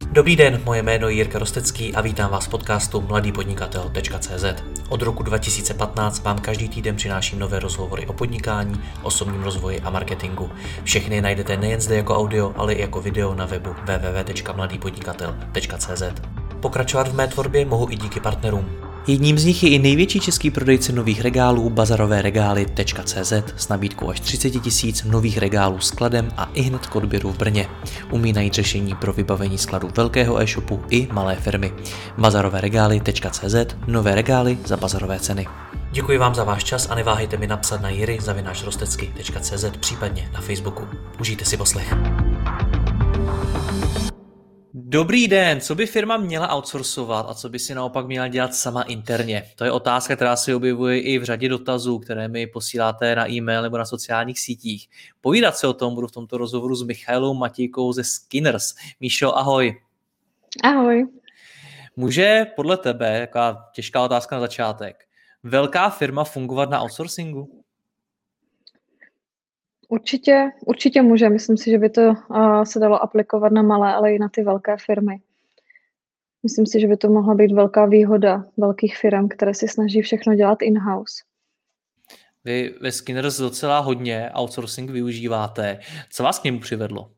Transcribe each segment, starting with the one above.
Dobrý den, moje jméno je Jirka Rostecký a vítám vás v podcastu mladýpodnikatel.cz. Od roku 2015 vám každý týden přináším nové rozhovory o podnikání, osobním rozvoji a marketingu. Všechny najdete nejen zde jako audio, ale i jako video na webu www.mladýpodnikatel.cz. Pokračovat v mé tvorbě mohu i díky partnerům. Jedním z nich je i největší český prodejce nových regálů bazaroveregály.cz s nabídkou až 30 000 nových regálů skladem a ihned k odběru v Brně. Umí najít řešení pro vybavení skladu velkého e-shopu i malé firmy. bazaroveregály.cz, nové regály za bazarové ceny. Děkuji vám za váš čas a neváhejte mi napsat na jiry@rostecky.cz, případně na Facebooku. Užijte si poslech. Dobrý den, co by firma měla outsourcovat a co by si naopak měla dělat sama interně? To je otázka, která se objevuje i v řadě dotazů, které mi posíláte na e-mail nebo na sociálních sítích. Povídat se o tom budu v tomto rozhovoru s Michailou Matějkou ze Skinners. Míšo, ahoj. Ahoj. Může podle tebe, taková těžká otázka na začátek, velká firma fungovat na outsourcingu? Určitě může. Myslím si, že by to se dalo aplikovat na malé, ale i na ty velké firmy. Myslím si, že by to mohla být velká výhoda velkých firm, které si snaží všechno dělat in-house. Vy ve Skinners docela hodně outsourcing využíváte. Co vás k němu přivedlo?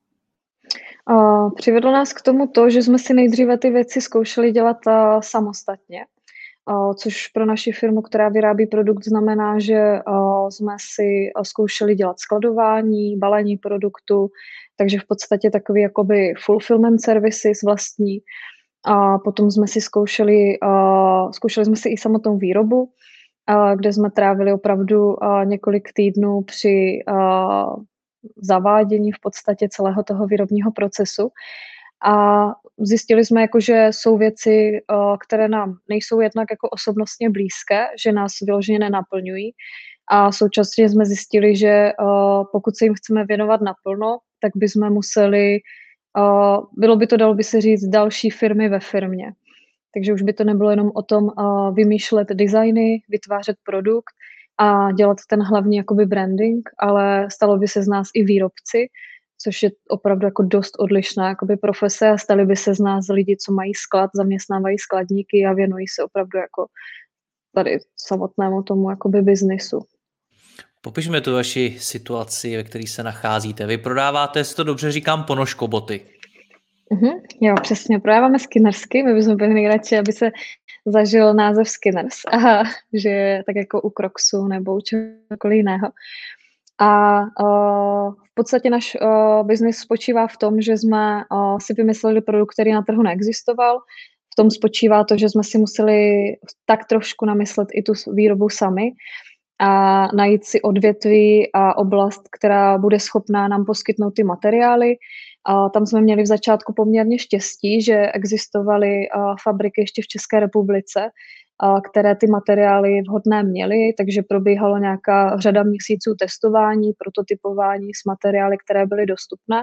Přivedlo nás k tomu to, že jsme si nejdříve ty věci zkoušeli dělat samostatně. Což pro naši firmu, která vyrábí produkt, znamená, že jsme si zkoušeli dělat skladování, balení produktu, takže v podstatě takový jakoby fulfillment services vlastní. A potom jsme si zkoušeli jsme si i samotnou výrobu, kde jsme trávili opravdu několik týdnů při zavádění v podstatě celého toho výrobního procesu. A zjistili jsme, jako, že jsou věci, které nám nejsou jednak jako osobnostně blízké, že nás vyloženě nenaplňují. A současně jsme zjistili, že pokud se jim chceme věnovat naplno, tak bychom museli, bylo by to, dalo by se říct, další firmy ve firmě. Takže už by to nebylo jenom o tom vymýšlet designy, vytvářet produkt a dělat ten hlavní jakoby branding, ale stalo by se z nás i výrobci, což je opravdu jako dost odlišná jakoby profese a stali by se z nás lidi, co mají sklad, zaměstnávají skladníky a věnují se opravdu jako tady samotnému tomu jakoby biznisu. Popišme tu vaši situaci, ve které se nacházíte. Vy prodáváte, jestli to dobře říkám, ponožkoboty. Jo, přesně, prodáváme Skinnersky, my bychom byli nejradši, aby se zažil název Skinners, že je tak jako u Crocsů nebo u čehokoliv jiného. A v podstatě náš biznis spočívá v tom, že jsme si vymysleli produkt, který na trhu neexistoval. V tom spočívá to, že jsme si museli tak trošku namyslet i tu výrobu sami a najít si odvětví a oblast, která bude schopná nám poskytnout ty materiály. Tam jsme měli v začátku poměrně štěstí, že existovaly fabriky ještě v České republice, které ty materiály vhodné měly, takže probíhalo nějaká řada měsíců testování, prototypování s materiály, které byly dostupné.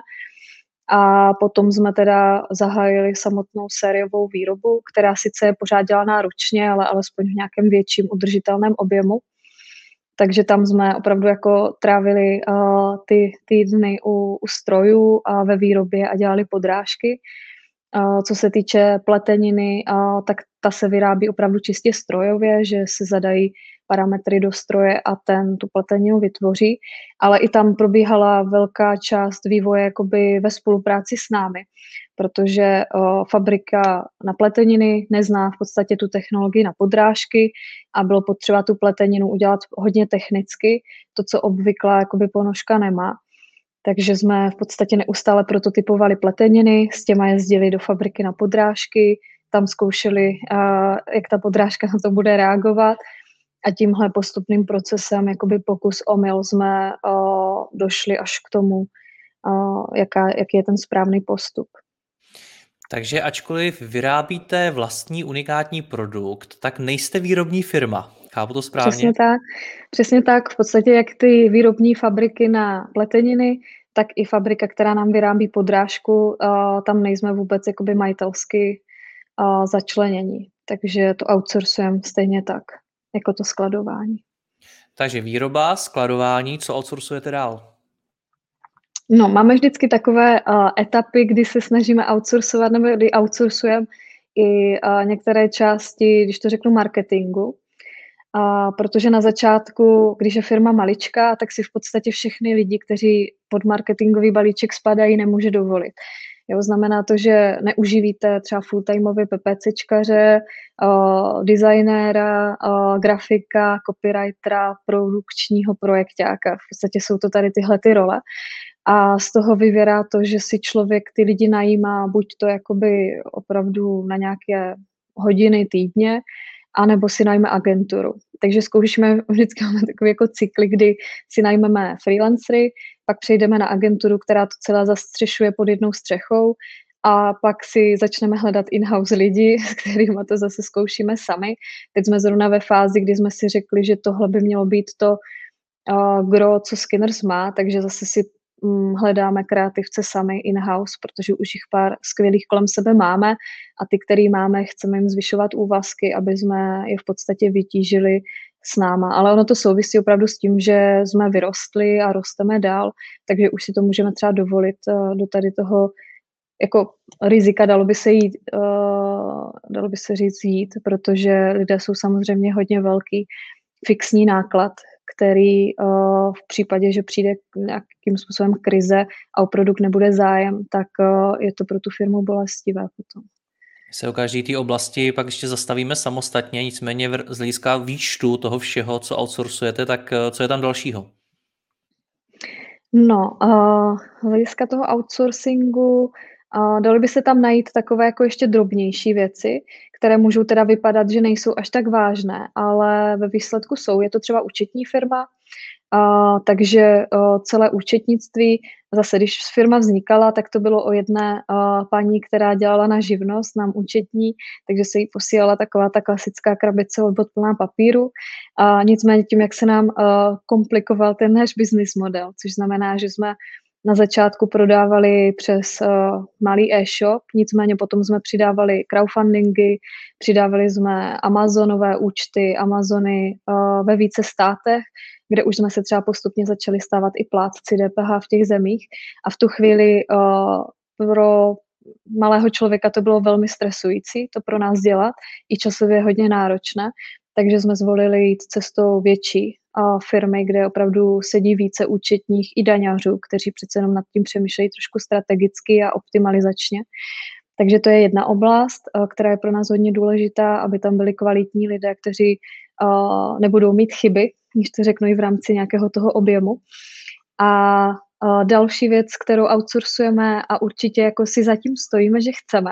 A potom jsme teda zahájili samotnou sériovou výrobu, která sice je pořád dělaná ručně, ale alespoň v nějakém větším udržitelném objemu. Takže tam jsme opravdu jako trávili ty týdny u strojů a ve výrobě a dělali podrážky. Co se týče pleteniny, tak ta se vyrábí opravdu čistě strojově, že se zadají parametry do stroje a ten tu pleteninu vytvoří, ale i tam probíhala velká část vývoje jakoby ve spolupráci s námi, protože fabrika na pleteniny nezná v podstatě tu technologii na podrážky a bylo potřeba tu pleteninu udělat hodně technicky, to, co obvyklá jakoby ponožka nemá. Takže jsme v podstatě neustále prototypovali pleteniny, s těma jezdili do fabriky na podrážky, tam zkoušeli, jak ta podrážka na to bude reagovat a tímhle postupným procesem, jakoby pokus omyl, jsme došli až k tomu, jaký je ten správný postup. Takže ačkoliv vyrábíte vlastní unikátní produkt, tak nejste výrobní firma. Chápu to správně? Přesně tak. V podstatě jak ty výrobní fabriky na pleteniny, tak i fabrika, která nám vyrábí podrážku, tam nejsme vůbec jakoby majitelsky začlenění. Takže to outsourcujeme stejně tak, jako to skladování. Takže výroba, skladování, co outsourcujete dál? No, máme vždycky takové, etapy, kdy se snažíme outsourcovat nebo kdy outsourcujeme i, některé části, když to řeknu, marketingu. Protože na začátku, když je firma maličká, tak si v podstatě všechny lidi, kteří pod marketingový balíček spadají, nemůže dovolit. Jo, znamená to, že neuživíte třeba full-timeově PPCčkaře, designéra, grafika, copywritera, produkčního projekťáka. V podstatě jsou to tady tyhle ty role. A z toho vyvěrá to, že si člověk ty lidi najímá buď to jakoby opravdu na nějaké hodiny týdně, anebo si najme agenturu. Takže zkoušíme, vždycky máme takový jako cykly, kdy si najmeme freelancery, pak přejdeme na agenturu, která to celé zastřešuje pod jednou střechou a pak si začneme hledat in-house lidi, s kterými to zase zkoušíme sami. Teď jsme zrovna ve fázi, kdy jsme si řekli, že tohle by mělo být to gro, co Skinners má, takže zase si hledáme kreativce sami in-house, protože už jich pár skvělých kolem sebe máme a ty, který máme, chceme jim zvyšovat úvazky, aby jsme je v podstatě vytížili s náma. Ale ono to souvisí opravdu s tím, že jsme vyrostli a rosteme dál, takže už si to můžeme třeba dovolit do tady toho jako rizika, dalo by se říct jít, protože lidé jsou samozřejmě hodně velký fixní náklad, který v případě, že přijde nějakým způsobem krize a o produkt nebude zájem, tak je to pro tu firmu bolestivé potom. Se o každé té oblasti pak ještě zastavíme samostatně, nicméně z hlediska výčtu toho všeho, co outsourcujete, tak co je tam dalšího? No, z hlediska toho outsourcingu daly by se tam najít takové jako ještě drobnější věci, které můžou teda vypadat, že nejsou až tak vážné, ale ve výsledku jsou. Je to třeba účetní firma, takže celé účetnictví, zase když firma vznikala, tak to bylo o jedné paní, která dělala na živnost, nám účetní, takže se jí posílala taková ta klasická krabice od plná papíru. Nicméně tím, jak se nám komplikoval ten náš business model, což znamená, že jsme na začátku prodávali přes malý e-shop, nicméně potom jsme přidávali crowdfundingy, přidávali jsme Amazonové účty, Amazony ve více státech, kde už jsme se třeba postupně začali stávat i plátci DPH v těch zemích. A v tu chvíli pro malého člověka to bylo velmi stresující, to pro nás dělat, i časově hodně náročné, takže jsme zvolili jít cestou větší firmy, kde opravdu sedí více účetních i daňařů, kteří přece jenom nad tím přemýšlejí trošku strategicky a optimalizačně. Takže to je jedna oblast, která je pro nás hodně důležitá, aby tam byli kvalitní lidé, kteří nebudou mít chyby, když to řeknu i v rámci nějakého toho objemu. A další věc, kterou outsourcujeme a určitě jako si zatím stojíme, že chceme,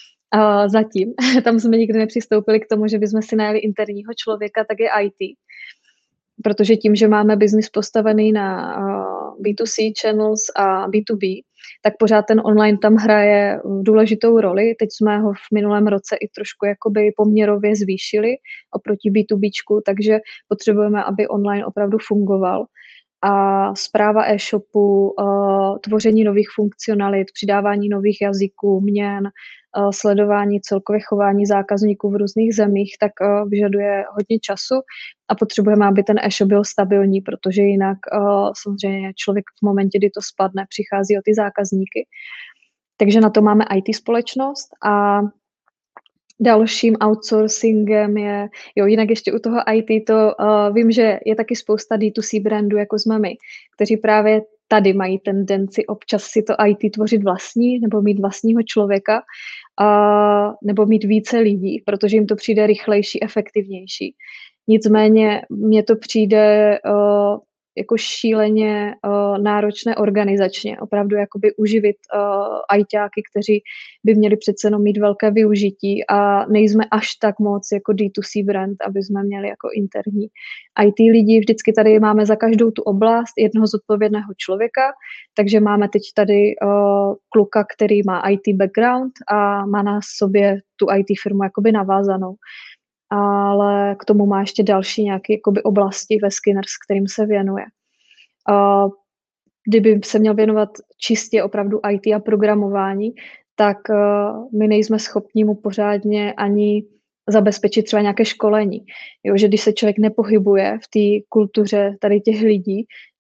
zatím, tam jsme nikdy nepřistoupili k tomu, že bychom si najeli interního člověka, tak je IT. Protože tím, že máme biznis postavený na B2C channels a B2B, tak pořád ten online tam hraje důležitou roli. Teď jsme ho v minulém roce i trošku jakoby poměrově zvýšili oproti B2Bčku, takže potřebujeme, aby online opravdu fungoval. A správa e-shopu, tvoření nových funkcionalit, přidávání nových jazyků, měn, sledování celkově chování zákazníků v různých zemích, tak vyžaduje hodně času a potřebujeme, aby ten e-shop byl stabilní, protože jinak samozřejmě člověk v momentě, kdy to spadne, přichází o ty zákazníky. Takže na to máme IT společnost a dalším outsourcingem je, jinak ještě u toho IT to vím, že je taky spousta D2C brandů, jako jsme my, kteří právě tady mají tendenci občas si to IT tvořit vlastní, nebo mít vlastního člověka, nebo mít více lidí, protože jim to přijde rychlejší, efektivnější. Nicméně mně to přijde jako šíleně náročné organizačně, opravdu jakoby uživit ajťáky, kteří by měli přece jenom mít velké využití a nejsme až tak moc jako D2C brand, aby jsme měli jako interní IT lidi. Vždycky tady máme za každou tu oblast jednoho zodpovědného člověka, takže máme teď tady kluka, který má IT background a má na sobě tu IT firmu jakoby navázanou. Ale k tomu má ještě další nějaké jakoby oblasti ve Skinners, kterým se věnuje. Kdyby se měl věnovat čistě opravdu IT a programování, tak my nejsme schopni mu pořádně ani zabezpečit třeba nějaké školení. Jo, že když se člověk nepohybuje v té kultuře tady těch lidí,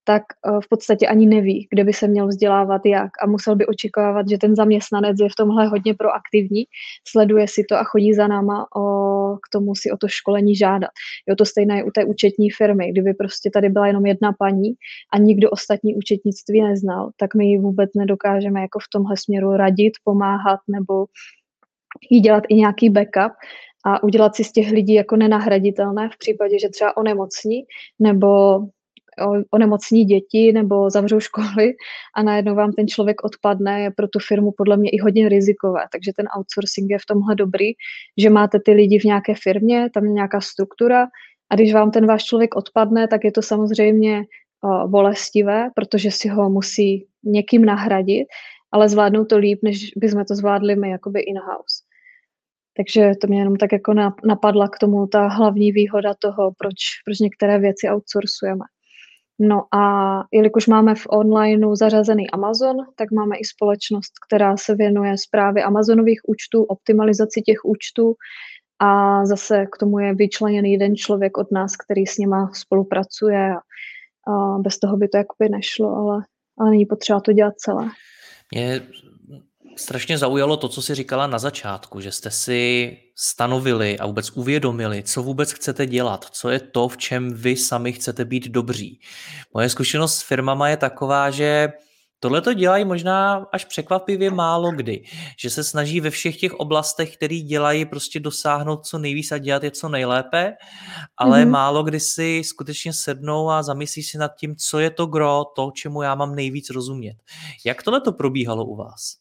tak v podstatě ani neví, kde by se měl vzdělávat, jak a musel by očekávat, že ten zaměstnanec je v tomhle hodně proaktivní, sleduje si to a chodí za náma k tomu si o to školení žádat. Jo, to stejné je u té účetní firmy. Kdyby prostě tady byla jenom jedna paní a nikdo ostatní účetnictví neznal, tak my ji vůbec nedokážeme jako v tomhle směru radit, pomáhat nebo jí dělat i nějaký backup a udělat si z těch lidí jako nenahraditelné v případě, že třeba onemocní nebo onemocní děti nebo zavřou školy a najednou vám ten člověk odpadne, je pro tu firmu podle mě i hodně rizikové. Takže ten outsourcing je v tomhle dobrý, že máte ty lidi v nějaké firmě, tam je nějaká struktura a když vám ten váš člověk odpadne, tak je to samozřejmě bolestivé, protože si ho musí někým nahradit, ale zvládnou to líp, než bychom to zvládli my jakoby in-house. Takže to mě jenom tak jako napadla k tomu ta hlavní výhoda toho, proč některé věci outsourcujeme. No a jelikož máme v onlineu zařazený Amazon, tak máme i společnost, která se věnuje správě Amazonových účtů, optimalizaci těch účtů a zase k tomu je vyčleněný jeden člověk od nás, který s nima spolupracuje a bez toho by to jakoby nešlo, ale není potřeba to dělat celé. Mě strašně zaujalo to, co jsi říkala na začátku, že jste si stanovili a vůbec uvědomili, co vůbec chcete dělat, co je to, v čem vy sami chcete být dobří. Moje zkušenost s firmama je taková, že tohle to dělají možná až překvapivě málo kdy, že se snaží ve všech těch oblastech, které dělají, prostě dosáhnout co nejvíc a dělat je co nejlépe, ale málo kdy si skutečně sednou a zamyslí si nad tím, co je to gro, to, čemu já mám nejvíc rozumět. Jak tohle to probíhalo u vás?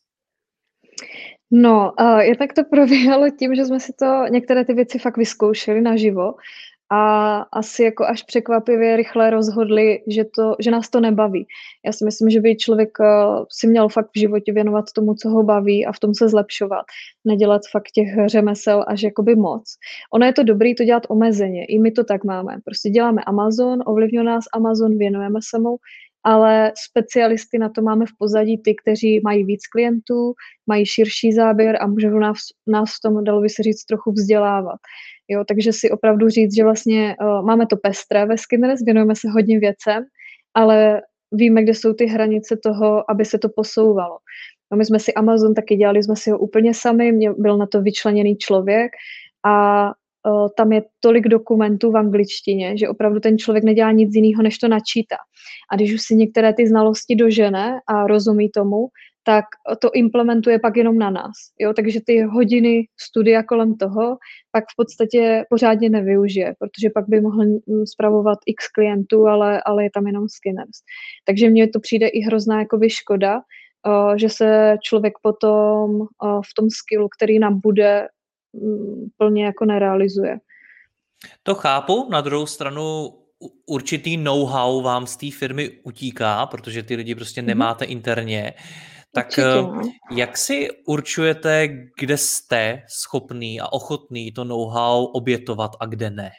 No, tak to probíhalo tím, že jsme si to některé ty věci fakt vyzkoušeli naživo a asi jako až překvapivě rychle rozhodli, že nás to nebaví. Já si myslím, že by člověk si měl fakt v životě věnovat tomu, co ho baví a v tom se zlepšovat. Nedělat fakt těch řemesel až jakoby moc. Ono je to dobrý to dělat omezeně, i my to tak máme. Prostě děláme Amazon, ovlivňuje nás Amazon, věnujeme se mu, ale specialisty na to máme v pozadí ty, kteří mají víc klientů, mají širší záběr a můžou nás v tom, dalo by se říct, trochu vzdělávat. Jo, takže si opravdu říct, že vlastně máme to pestré ve Skinners, věnujeme se hodně věcem, ale víme, kde jsou ty hranice toho, aby se to posouvalo. No, my jsme si Amazon taky dělali, jsme si ho úplně sami, byl na to vyčleněný člověk a tam je tolik dokumentů v angličtině, že opravdu ten člověk nedělá nic jiného, než to načítá. A když už si některé ty znalosti dožene a rozumí tomu, tak to implementuje pak jenom na nás. Jo? Takže ty hodiny studia kolem toho pak v podstatě pořádně nevyužije, protože pak by mohl spravovat x klientů, ale je tam jenom Skinners. Takže mně to přijde i hrozná jakoby škoda, že se člověk potom v tom skillu, který nám bude, plně jako nerealizuje. To chápu, na druhou stranu určitý know-how vám z té firmy utíká, protože ty lidi prostě nemáte interně. Tak Určitě. Jak si určujete, kde jste schopný a ochotný to know-how obětovat a kde ne?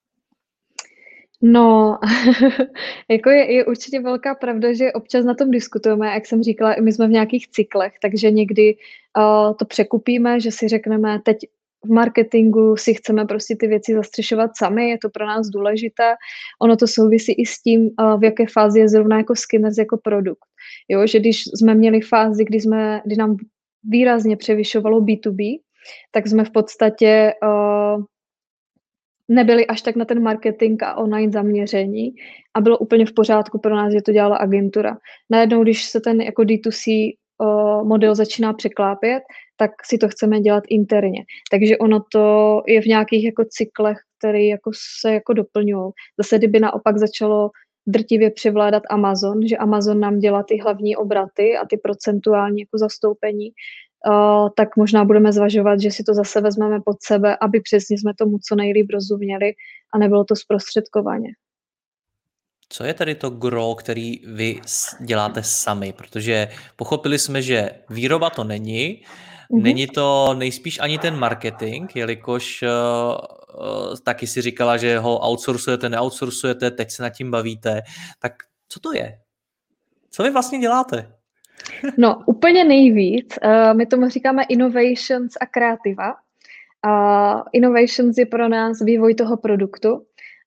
No, jako je určitě velká pravda, že občas na tom diskutujeme, jak jsem říkala, my jsme v nějakých cyklech, takže někdy to překupíme, že si řekneme, teď v marketingu si chceme prostě ty věci zastřešovat sami, je to pro nás důležité. Ono to souvisí i s tím, v jaké fázi je zrovna jako Skinners jako produkt. Jo, že když jsme měli fázi, kdy nám výrazně převyšovalo B2B, tak jsme v podstatě nebyli až tak na ten marketing a online zaměření a bylo úplně v pořádku pro nás, že to dělala agentura. Najednou, když se ten jako D2C model začíná překlápět, tak si to chceme dělat interně. Takže ono to je v nějakých jako cyklech, které jako se jako doplňují. Zase, kdyby naopak začalo drtivě převládat Amazon, že Amazon nám dělá ty hlavní obraty a ty procentuální jako zastoupení, tak možná budeme zvažovat, že si to zase vezmeme pod sebe, aby přesně jsme tomu co nejlíp rozuměli a nebylo to zprostředkovaně. Co je tady to gro, který vy děláte sami? Protože pochopili jsme, že výroba to není, není to nejspíš ani ten marketing, jelikož taky si říkala, že ho outsourcujete, neoutsourcujete, teď se nad tím bavíte. Tak co to je? Co vy vlastně děláte? No, úplně nejvíc. My tomu říkáme innovations a kreativa. Innovations je pro nás vývoj toho produktu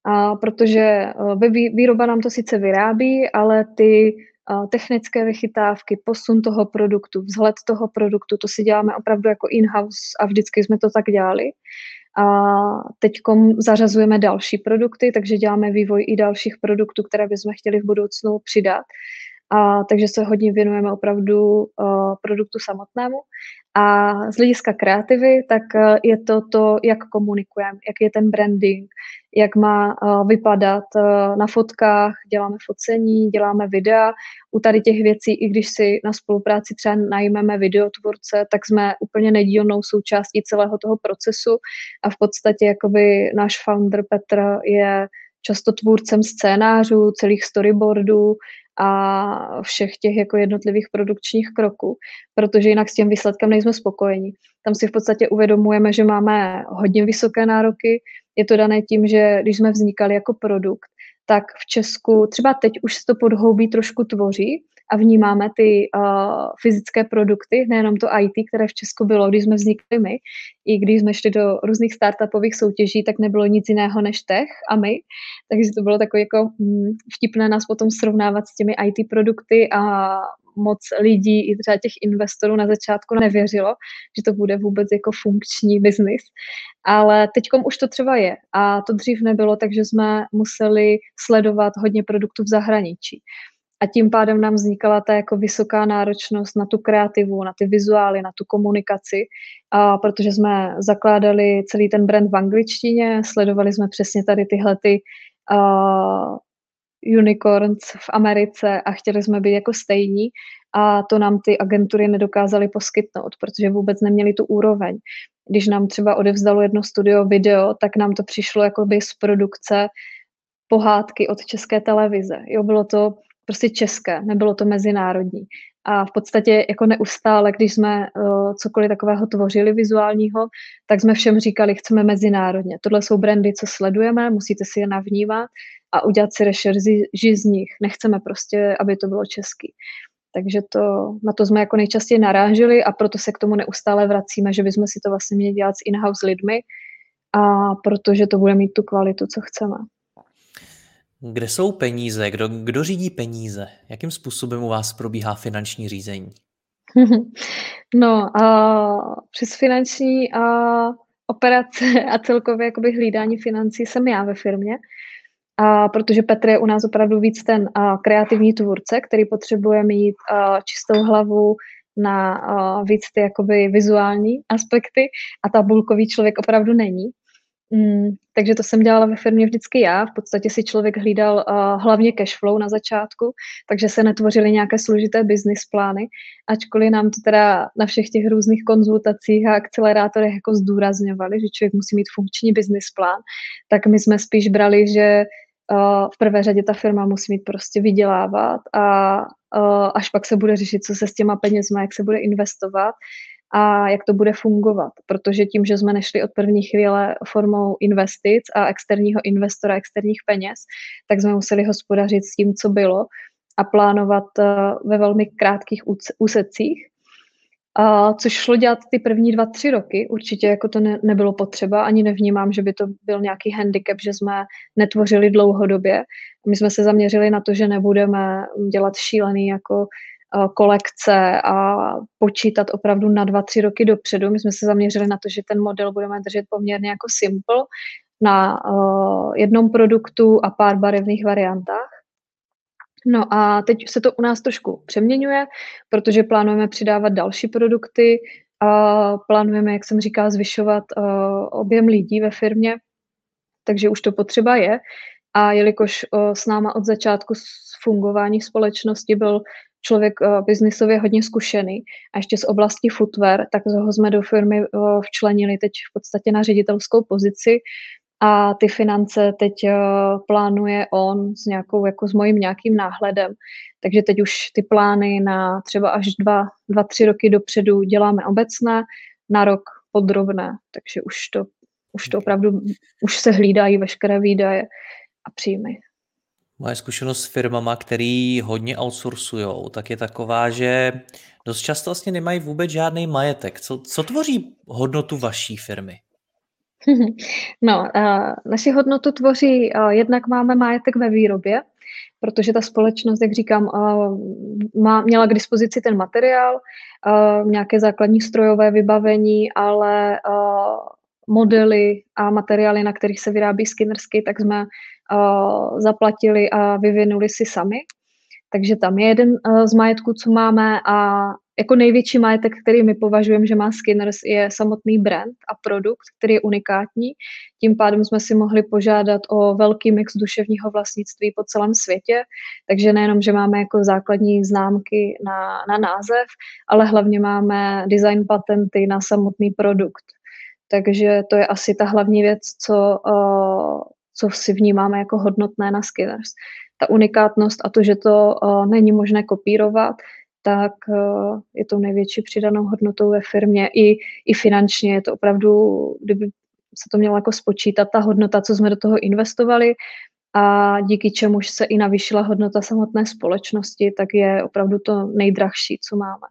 protože výroba nám to sice vyrábí, ale ty technické vychytávky, posun toho produktu, vzhled toho produktu, to si děláme opravdu jako in-house a vždycky jsme to tak dělali. A teďkom zařazujeme další produkty, takže děláme vývoj i dalších produktů, které bychom chtěli v budoucnu přidat. Takže se hodně věnujeme opravdu produktu samotnému. A z hlediska kreativy, tak je to, jak komunikujeme, jak je ten branding, jak má vypadat na fotkách, děláme focení, děláme videa. U tady těch věcí, i když si na spolupráci třeba najmeme videotvůrce, tak jsme úplně nedílnou součástí celého toho procesu a v podstatě jakoby náš founder Petr je často tvůrcem scénářů, celých storyboardů a všech těch jako jednotlivých produkčních kroků, protože jinak s tím výsledkem nejsme spokojeni. Tam si v podstatě uvědomujeme, že máme hodně vysoké nároky. Je to dané tím, že když jsme vznikali jako produkt, tak v Česku třeba teď už se to podhoubí trošku tvoří a vnímáme ty fyzické produkty, nejenom to IT, které v Česku bylo, když jsme vznikli my, i když jsme šli do různých startupových soutěží, tak nebylo nic jiného než tech a my, takže to bylo takové jako vtipné nás potom srovnávat s těmi IT produkty a moc lidí i třeba těch investorů na začátku nevěřilo, že to bude vůbec jako funkční biznis. Ale teďkom už to třeba je a to dřív nebylo, takže jsme museli sledovat hodně produktů v zahraničí. A tím pádem nám vznikala ta jako vysoká náročnost na tu kreativu, na ty vizuály, na tu komunikaci, protože jsme zakládali celý ten brand v angličtině, sledovali jsme přesně tady tyhle ty unicorns v Americe a chtěli jsme být jako stejní a to nám ty agentury nedokázaly poskytnout, protože vůbec neměli tu úroveň. Když nám třeba odevzdalo jedno studio video, tak nám to přišlo jakoby z produkce pohádky od České televize. Jo, bylo to prostě české, nebylo to mezinárodní. A v podstatě jako neustále, když jsme cokoliv takového tvořili vizuálního, tak jsme všem říkali, chceme mezinárodně. Tohle jsou brandy, co sledujeme, musíte si je navnímat a udělat si rešerži z nich. Nechceme prostě, aby to bylo český. Takže na to jsme jako nejčastěji narážili a proto se k tomu neustále vracíme, že bychom si to vlastně měli dělat s in-house lidmi, a protože to bude mít tu kvalitu, co chceme. Kde jsou peníze? Kdo řídí peníze? Jakým způsobem u vás probíhá finanční řízení? No, přes finanční operace a celkově jakoby hlídání financí jsem já ve firmě, protože Petr je u nás opravdu víc ten kreativní tvůrce, který potřebuje mít čistou hlavu na víc ty jakoby vizuální aspekty a tabulkový člověk opravdu není. Takže to jsem dělala ve firmě vždycky já. V podstatě si člověk hlídal hlavně cashflow na začátku, takže se netvořily nějaké složité business plány, ačkoliv nám to teda na všech těch různých konzultacích a akcelerátorech jako zdůrazňovali, že člověk musí mít funkční business plán, tak my jsme spíš brali, že v prvé řadě ta firma musí mít prostě vydělávat a až pak se bude řešit, co se s těma penězma, jak se bude investovat a jak to bude fungovat, protože tím, že jsme nešli od první chvíle formou investic a externího investora, externích peněz, tak jsme museli hospodařit s tím, co bylo a plánovat ve velmi krátkých úsecích, což šlo dělat ty první 2-3 roky. Určitě jako to nebylo potřeba, ani nevnímám, že by to byl nějaký handicap, že jsme netvořili dlouhodobě. My jsme se zaměřili na to, že nebudeme dělat šílený jako kolekce a počítat opravdu na 2-3 roky dopředu. My jsme se zaměřili na to, že ten model budeme držet poměrně jako simple na jednom produktu a pár barevných variantách. No a teď se to u nás trošku přeměňuje, protože plánujeme přidávat další produkty a plánujeme, jak jsem říkala, zvyšovat objem lidí ve firmě, takže už to potřeba je. A jelikož s náma od začátku fungování společnosti byl člověk biznisově hodně zkušený a ještě z oblasti footwear, tak ho jsme do firmy včlenili teď v podstatě na ředitelskou pozici a ty finance teď plánuje on s mojím nějakým náhledem. Takže teď už ty plány na třeba až 2-3 roky dopředu děláme obecné, na rok podrobné, takže už to opravdu, už se hlídají veškeré výdaje a příjmy. Moje zkušenost s firmama, který hodně outsourcujou, tak je taková, že dost často vlastně nemají vůbec žádný majetek. Co tvoří hodnotu vaší firmy? No, naši hodnotu tvoří, jednak máme majetek ve výrobě, protože ta společnost, jak říkám, měla k dispozici ten materiál, nějaké základní strojové vybavení, ale modely a materiály, na kterých se vyrábí skinnersky, tak jsme zaplatili a vyvinuli si sami. Takže tam je jeden z majetků, co máme, a jako největší majetek, který my považujeme, že má Skinners, je samotný brand a produkt, který je unikátní. Tím pádem jsme si mohli požádat o velký mix duševního vlastnictví po celém světě, takže nejenom, že máme jako základní známky na název, ale hlavně máme design patenty na samotný produkt. Takže to je asi ta hlavní věc, co si vnímáme jako hodnotné na Skinners. Ta unikátnost a to, že to není možné kopírovat, tak je tou největší přidanou hodnotou ve firmě. I finančně je to opravdu, kdyby se to mělo jako spočítat, ta hodnota, co jsme do toho investovali a díky čemuž se i navýšila hodnota samotné společnosti, tak je opravdu to nejdražší, co máme.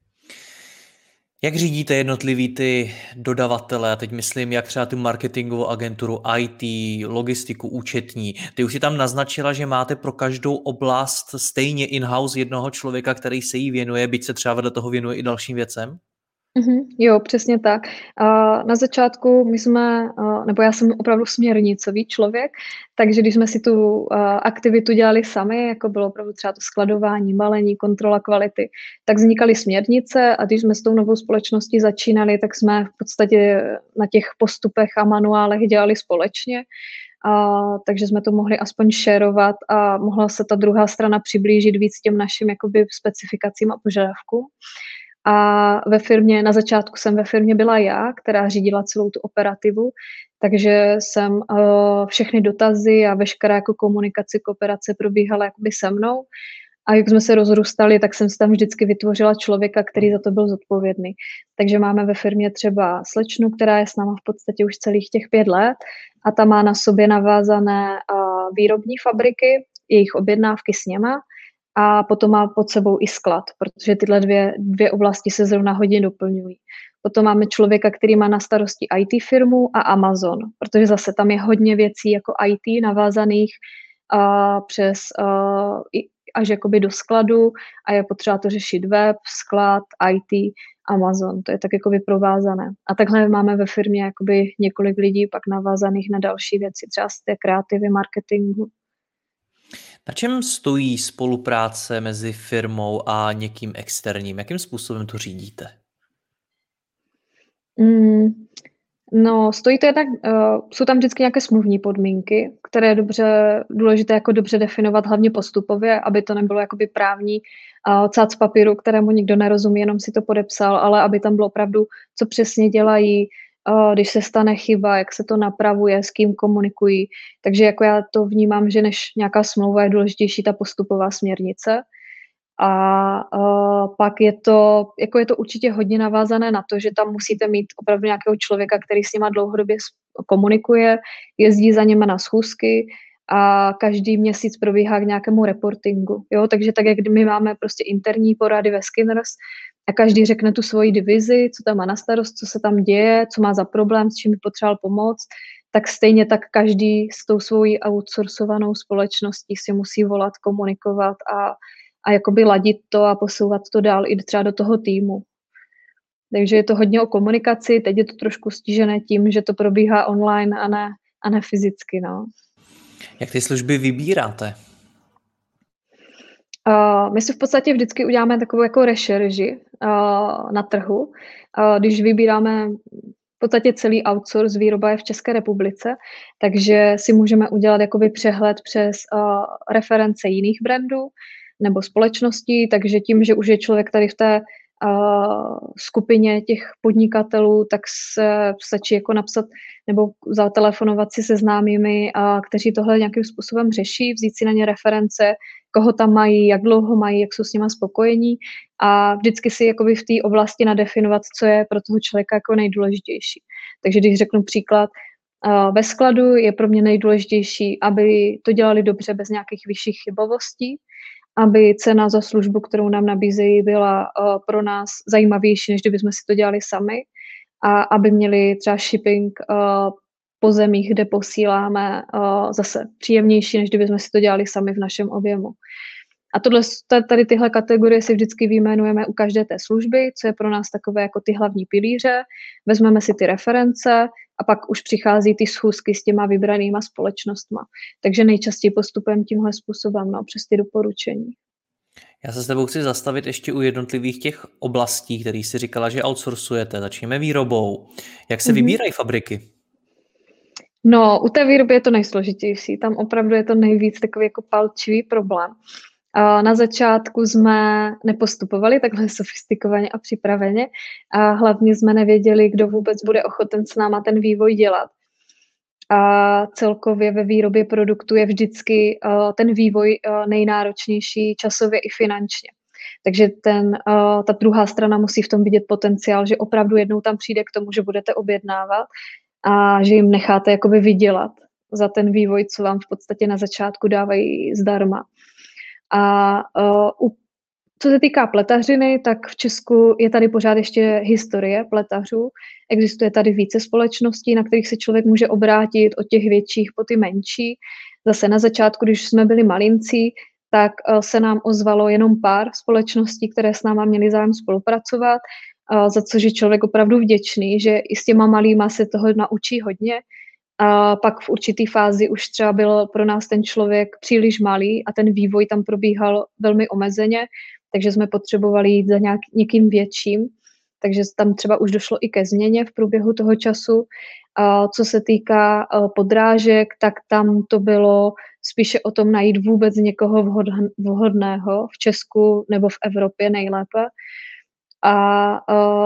Jak řídíte jednotlivý ty dodavatele? A teď myslím, jak třeba tu marketingovou agenturu, IT, logistiku, účetní. Ty už si tam naznačila, že máte pro každou oblast stejně in-house jednoho člověka, který se jí věnuje, byť se třeba vedle toho věnuje i dalším věcem? Jo, přesně tak. Na začátku my jsme, nebo já jsem opravdu směrnicový člověk, takže když jsme si tu aktivitu dělali sami, jako bylo opravdu třeba to skladování, balení, kontrola kvality, tak vznikaly směrnice a když jsme s tou novou společností začínali, tak jsme v podstatě na těch postupech a manuálech dělali společně, takže jsme to mohli aspoň šerovat a mohla se ta druhá strana přiblížit víc těm našim jakoby specifikacím a požadavkům. A na začátku jsem ve firmě byla já, která řídila celou tu operativu, takže jsem všechny dotazy a veškerá jako komunikace, kooperace probíhala jakoby se mnou. A jak jsme se rozrůstali, tak jsem si tam vždycky vytvořila člověka, který za to byl zodpovědný. Takže máme ve firmě třeba slečnu, která je s náma v podstatě už celých těch 5 let a ta má na sobě navázané výrobní fabriky, jejich objednávky s něma, a potom má pod sebou i sklad, protože tyhle dvě oblasti se zrovna hodně doplňují. Potom máme člověka, který má na starosti IT firmu a Amazon, protože zase tam je hodně věcí jako IT navázaných přes až jakoby do skladu a je potřeba to řešit web, sklad, IT, Amazon, to je tak jakoby provázané. A takhle máme ve firmě jakoby několik lidí pak navázaných na další věci, třeba z té kreativy, marketingu. Na čem stojí spolupráce mezi firmou a někým externím? Jakým způsobem to řídíte? No, stojí to jednak, jsou tam vždycky nějaké smluvní podmínky, které je důležité jako dobře definovat, hlavně postupově, aby to nebylo jakoby právní các papíru, kterému nikdo nerozumí, jenom si to podepsal, ale aby tam bylo opravdu, co přesně dělají, když se stane chyba, jak se to napravuje, s kým komunikují. Takže jako já to vnímám, že než nějaká smlouva je důležitější ta postupová směrnice. A pak je to určitě hodně navázané na to, že tam musíte mít opravdu nějakého člověka, který s nima dlouhodobě komunikuje, jezdí za nimi na schůzky a každý měsíc probíhá k nějakému reportingu. Jo? Takže tak, jak my máme prostě interní porady ve Skinners a každý řekne tu svoji divizi, co tam má na starost, co se tam děje, co má za problém, s čím by potřeboval pomoct, tak stejně tak každý s tou svojí outsourcovanou společností si musí volat, komunikovat a jakoby ladit to a posouvat to dál i třeba do toho týmu. Takže je to hodně o komunikaci, teď je to trošku stížené tím, že to probíhá online a ne fyzicky. No. Jak ty služby vybíráte? My si v podstatě vždycky uděláme takovou jako rešerži na trhu. Když vybíráme v podstatě celý outsource, výroba je v České republice, takže si můžeme udělat jakoby přehled přes reference jiných brandů nebo společností, takže tím, že už je člověk tady v té skupině těch podnikatelů, tak se stačí jako napsat nebo zatelefonovat si se známými, kteří tohle nějakým způsobem řeší, vzít si na ně reference, koho tam mají, jak dlouho mají, jak jsou s nima spokojení a vždycky si jakoby v té oblasti nadefinovat, co je pro toho člověka jako nejdůležitější. Takže když řeknu příklad, ve skladu je pro mě nejdůležitější, aby to dělali dobře bez nějakých vyšších chybovostí, aby cena za službu, kterou nám nabízejí, byla pro nás zajímavější, než kdybychom si to dělali sami a aby měli třeba shipping pozemích, kde posíláme, zase příjemnější, než kdybychom si to dělali sami v našem objemu. A tady tyhle kategorie si vždycky vyjmenujeme u každé té služby, co je pro nás takové jako ty hlavní pilíře, vezmeme si ty reference a pak už přichází ty schůzky s těma vybranýma společnostma. Takže nejčastěji postupujeme tímhle způsobem, přes ty doporučení. Já se s tebou chci zastavit ještě u jednotlivých těch oblastí, které jsi říkala, že outsourcujete. Začněme výrobou. Jak se vybírají fabriky? No, u té výroby je to nejsložitější. Tam opravdu je to nejvíc takový jako palčivý problém. Na začátku jsme nepostupovali takhle sofistikovaně a připraveně a hlavně jsme nevěděli, kdo vůbec bude ochoten s náma ten vývoj dělat. A celkově ve výrobě produktu je vždycky ten vývoj nejnáročnější časově i finančně. Takže ta druhá strana musí v tom vidět potenciál, že opravdu jednou tam přijde k tomu, že budete objednávat a že jim necháte jakoby vydělat za ten vývoj, co vám v podstatě na začátku dávají zdarma. A co se týká pletařiny, tak v Česku je tady pořád ještě historie pletařů. Existuje tady více společností, na kterých se člověk může obrátit od těch větších po ty menší. Zase na začátku, když jsme byli malincí, tak se nám ozvalo jenom pár společností, které s náma měly zájem spolupracovat, za což je člověk opravdu vděčný, že i s těma malýma se toho naučí hodně. A pak v určitý fázi už třeba byl pro nás ten člověk příliš malý a ten vývoj tam probíhal velmi omezeně, takže jsme potřebovali jít za někým větším, takže tam třeba už došlo i ke změně v průběhu toho času. A co se týká podrážek, tak tam to bylo spíše o tom najít vůbec někoho vhodného v Česku nebo v Evropě nejlépe. A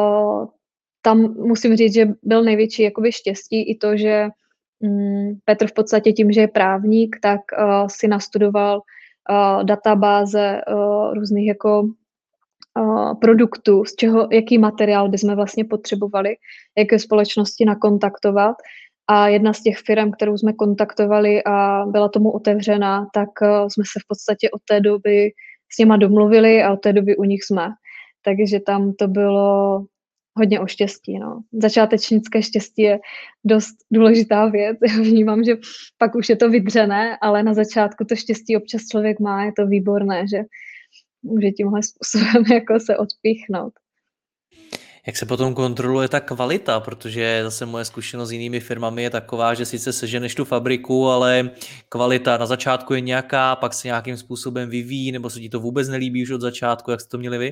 tam musím říct, že byl největší jakoby štěstí i to, že Petr v podstatě tím, že je právník, tak si nastudoval databáze různých jako produktů, z čeho, jaký materiál bychom vlastně potřebovali, jaké společnosti nakontaktovat. A jedna z těch firm, kterou jsme kontaktovali a byla tomu otevřená, tak jsme se v podstatě od té doby s něma domluvili a od té doby u nich jsme. Takže tam to bylo hodně o štěstí. No. Začátečnické štěstí je dost důležitá věc. Já vnímám, že pak už je to vydřené, ale na začátku to štěstí občas člověk má, je to výborné, že může tímhle způsobem jako se odpíchnout. Jak se potom kontroluje ta kvalita, protože zase moje zkušenost s jinými firmami je taková, že sice seženeš tu fabriku, ale kvalita na začátku je nějaká, pak se nějakým způsobem vyvíjí, nebo se ti to vůbec nelíbí už od začátku, jak jste to měli vy?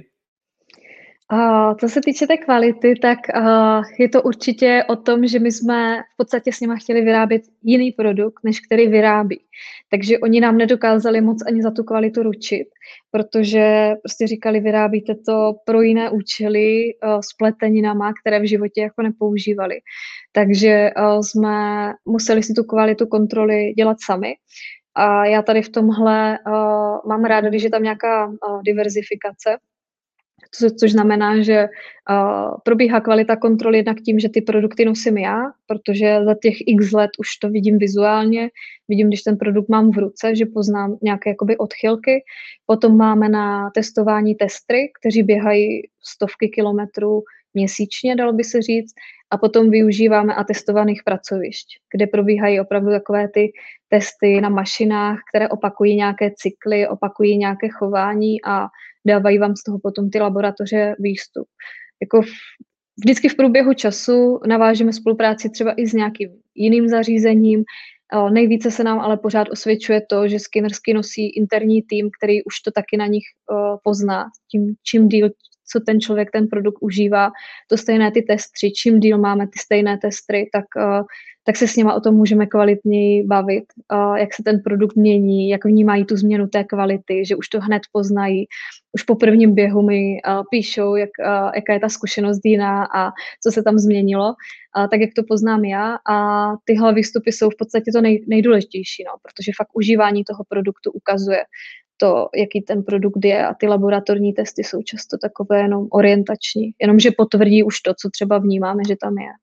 Co se týče té kvality, tak je to určitě o tom, že my jsme v podstatě s nima chtěli vyrábět jiný produkt, než který vyrábí. Takže oni nám nedokázali moc ani za tu kvalitu ručit, protože prostě říkali, vyrábíte to pro jiné účely s pleteninama, které v životě jako nepoužívali. Takže jsme museli si tu kvalitu kontroly dělat sami. A já tady v tomhle mám ráda, když je tam nějaká diverzifikace, což znamená, že probíhá kvalita kontroly jednak tím, že ty produkty nosím já, protože za těch x let už to vidím vizuálně, vidím, když ten produkt mám v ruce, že poznám nějaké jakoby odchylky. Potom máme na testování testry, kteří běhají stovky kilometrů měsíčně, dalo by se říct, a potom využíváme atestovaných pracovišť, kde probíhají opravdu takové ty testy na mašinách, které opakují nějaké cykly, opakují nějaké chování a dávají vám z toho potom ty laboratoře výstup. Jako vždycky v průběhu času navážeme spolupráci třeba i s nějakým jiným zařízením. Nejvíce se nám ale pořád osvědčuje to, že Skinnersky nosí interní tým, který už to taky na nich pozná. Tím, čím díl, co ten člověk ten produkt užívá, to stejné ty testři, čím díl máme ty stejné testry, tak se s nima o tom můžeme kvalitněji bavit, jak se ten produkt mění, jak vnímají tu změnu té kvality, že už to hned poznají. Už po prvním běhu mi píšou, jaká je ta zkušenost jiná a co se tam změnilo, tak jak to poznám já. A tyhle výstupy jsou v podstatě to nejdůležitější, protože fakt užívání toho produktu ukazuje to, jaký ten produkt je, a ty laboratorní testy jsou často takové jenom orientační, jenomže potvrdí už to, co třeba vnímáme, že tam je.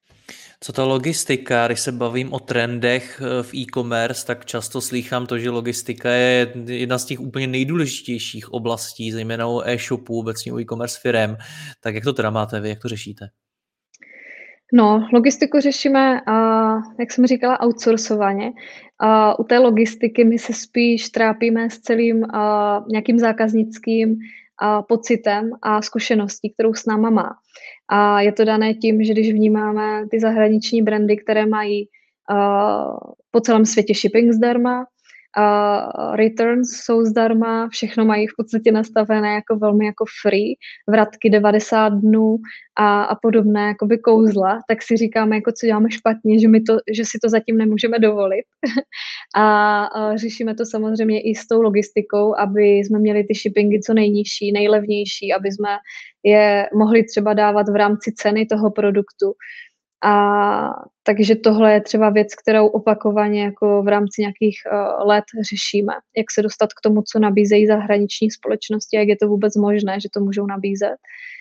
Co ta logistika, když se bavím o trendech v e-commerce, tak často slýchám to, že logistika je jedna z těch úplně nejdůležitějších oblastí, zejména o e-shopu, obecně o e-commerce firem. Tak jak to teda máte vy, jak to řešíte? No, logistiku řešíme, jak jsem říkala, outsourcovaně. U té logistiky my se spíš trápíme s celým nějakým zákaznickým pocitem a zkušeností, kterou s náma má. A je to dané tím, že když vnímáme ty zahraniční brandy, které mají po celém světě shipping zdarma, returns jsou zdarma, všechno mají v podstatě nastavené jako velmi jako free, vratky 90 dnů a podobné jakoby kouzla, tak si říkáme, jako co děláme špatně, že si to zatím nemůžeme dovolit. Řešíme to samozřejmě i s tou logistikou, aby jsme měli ty shippingy co nejnižší, nejlevnější, aby jsme je mohli třeba dávat v rámci ceny toho produktu. Takže tohle je třeba věc, kterou opakovaně jako v rámci nějakých let řešíme. Jak se dostat k tomu, co nabízejí zahraniční společnosti, jak je to vůbec možné, že to můžou nabízet.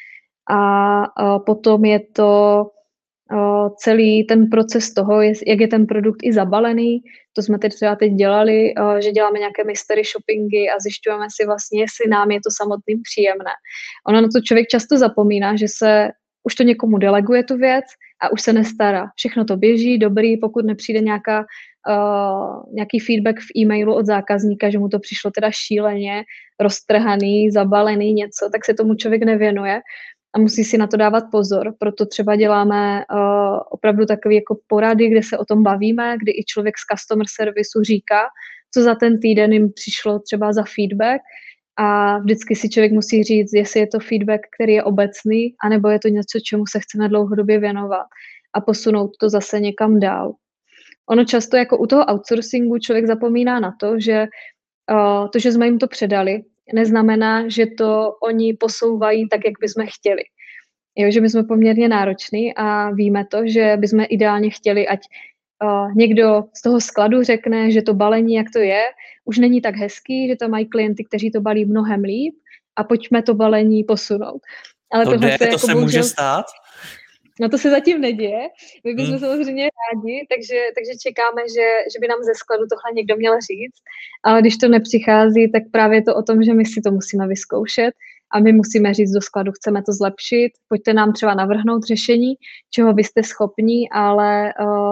Potom je to celý ten proces toho, jak je ten produkt i zabalený. To jsme třeba teď dělali, že děláme nějaké mystery shoppingy a zjišťujeme si vlastně, jestli nám je to samotným příjemné. Ono na to člověk často zapomíná, že se už to někomu deleguje tu věc a už se nestará. Všechno to běží, dobrý, pokud nepřijde nějaký feedback v e-mailu od zákazníka, že mu to přišlo teda šíleně, roztrhaný, zabalený něco, tak se tomu člověk nevěnuje a musí si na to dávat pozor. Proto třeba děláme opravdu takové jako porady, kde se o tom bavíme, kdy i člověk z customer servisu říká, co za ten týden jim přišlo třeba za feedback, a vždycky si člověk musí říct, jestli je to feedback, který je obecný, anebo je to něco, čemu se chceme dlouhodobě věnovat a posunout to zase někam dál. Ono často jako u toho outsourcingu člověk zapomíná na to, že že jsme jim to předali, neznamená, že to oni posouvají tak, jak bychom chtěli. Jo, že my jsme poměrně nároční a víme to, že bychom ideálně chtěli, ať někdo z toho skladu řekne, že to balení, jak to je, už není tak hezký, že tam mají klienty, kteří to balí mnohem líp a pojďme to balení posunout. Ale to se může stát? No to se zatím neděje. My bychom samozřejmě rádi, takže čekáme, že by nám ze skladu tohle někdo měl říct. Ale když to nepřichází, tak právě to o tom, že my si to musíme vyzkoušet a my musíme říct do skladu, chceme to zlepšit, pojďte nám třeba navrhnout řešení, čeho vy jste schopní, ale